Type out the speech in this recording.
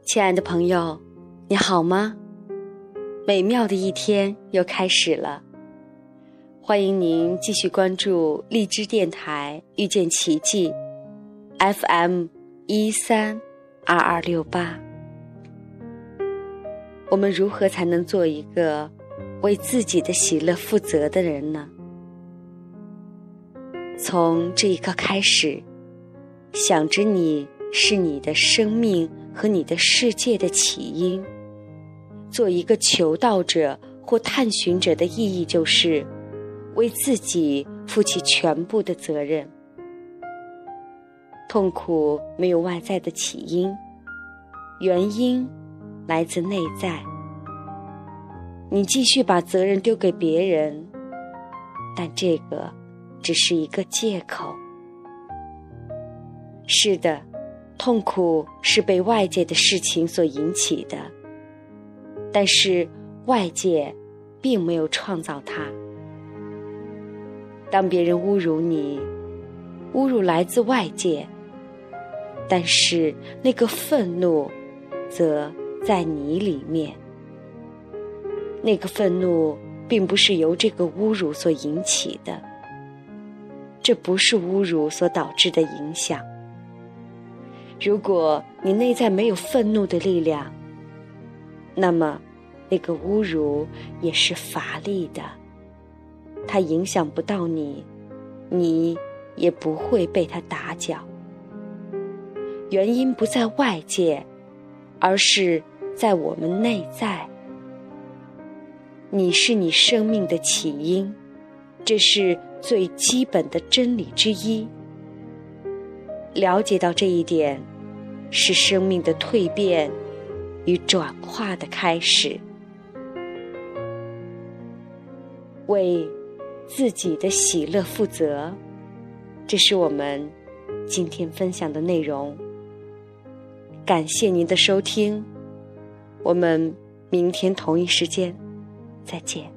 亲爱的朋友，你好吗？美妙的一天又开始了，欢迎您继续关注荔枝电台遇见奇迹 FM132268。我们如何才能做一个为自己的喜乐负责的人呢？从这一刻开始，想着你是你的生命和你的世界的起因，做一个求道者或探寻者的意义就是为自己负起全部的责任。痛苦没有外在的起因，原因来自内在。你继续把责任丢给别人，但这个只是一个借口。是的，痛苦是被外界的事情所引起的，但是外界并没有创造它。当别人侮辱你，侮辱来自外界，但是那个愤怒则在你里面。那个愤怒并不是由这个侮辱所引起的，这不是侮辱所导致的影响。如果你内在没有愤怒的力量，那么那个侮辱也是乏力的，它影响不到你，你也不会被它打搅。原因不在外界，而是在我们内在。你是你生命的起因，这是最基本的真理之一。了解到这一点，是生命的蜕变与转化的开始。为自己的喜乐负责，这是我们今天分享的内容。感谢您的收听，我们明天同一时间再见。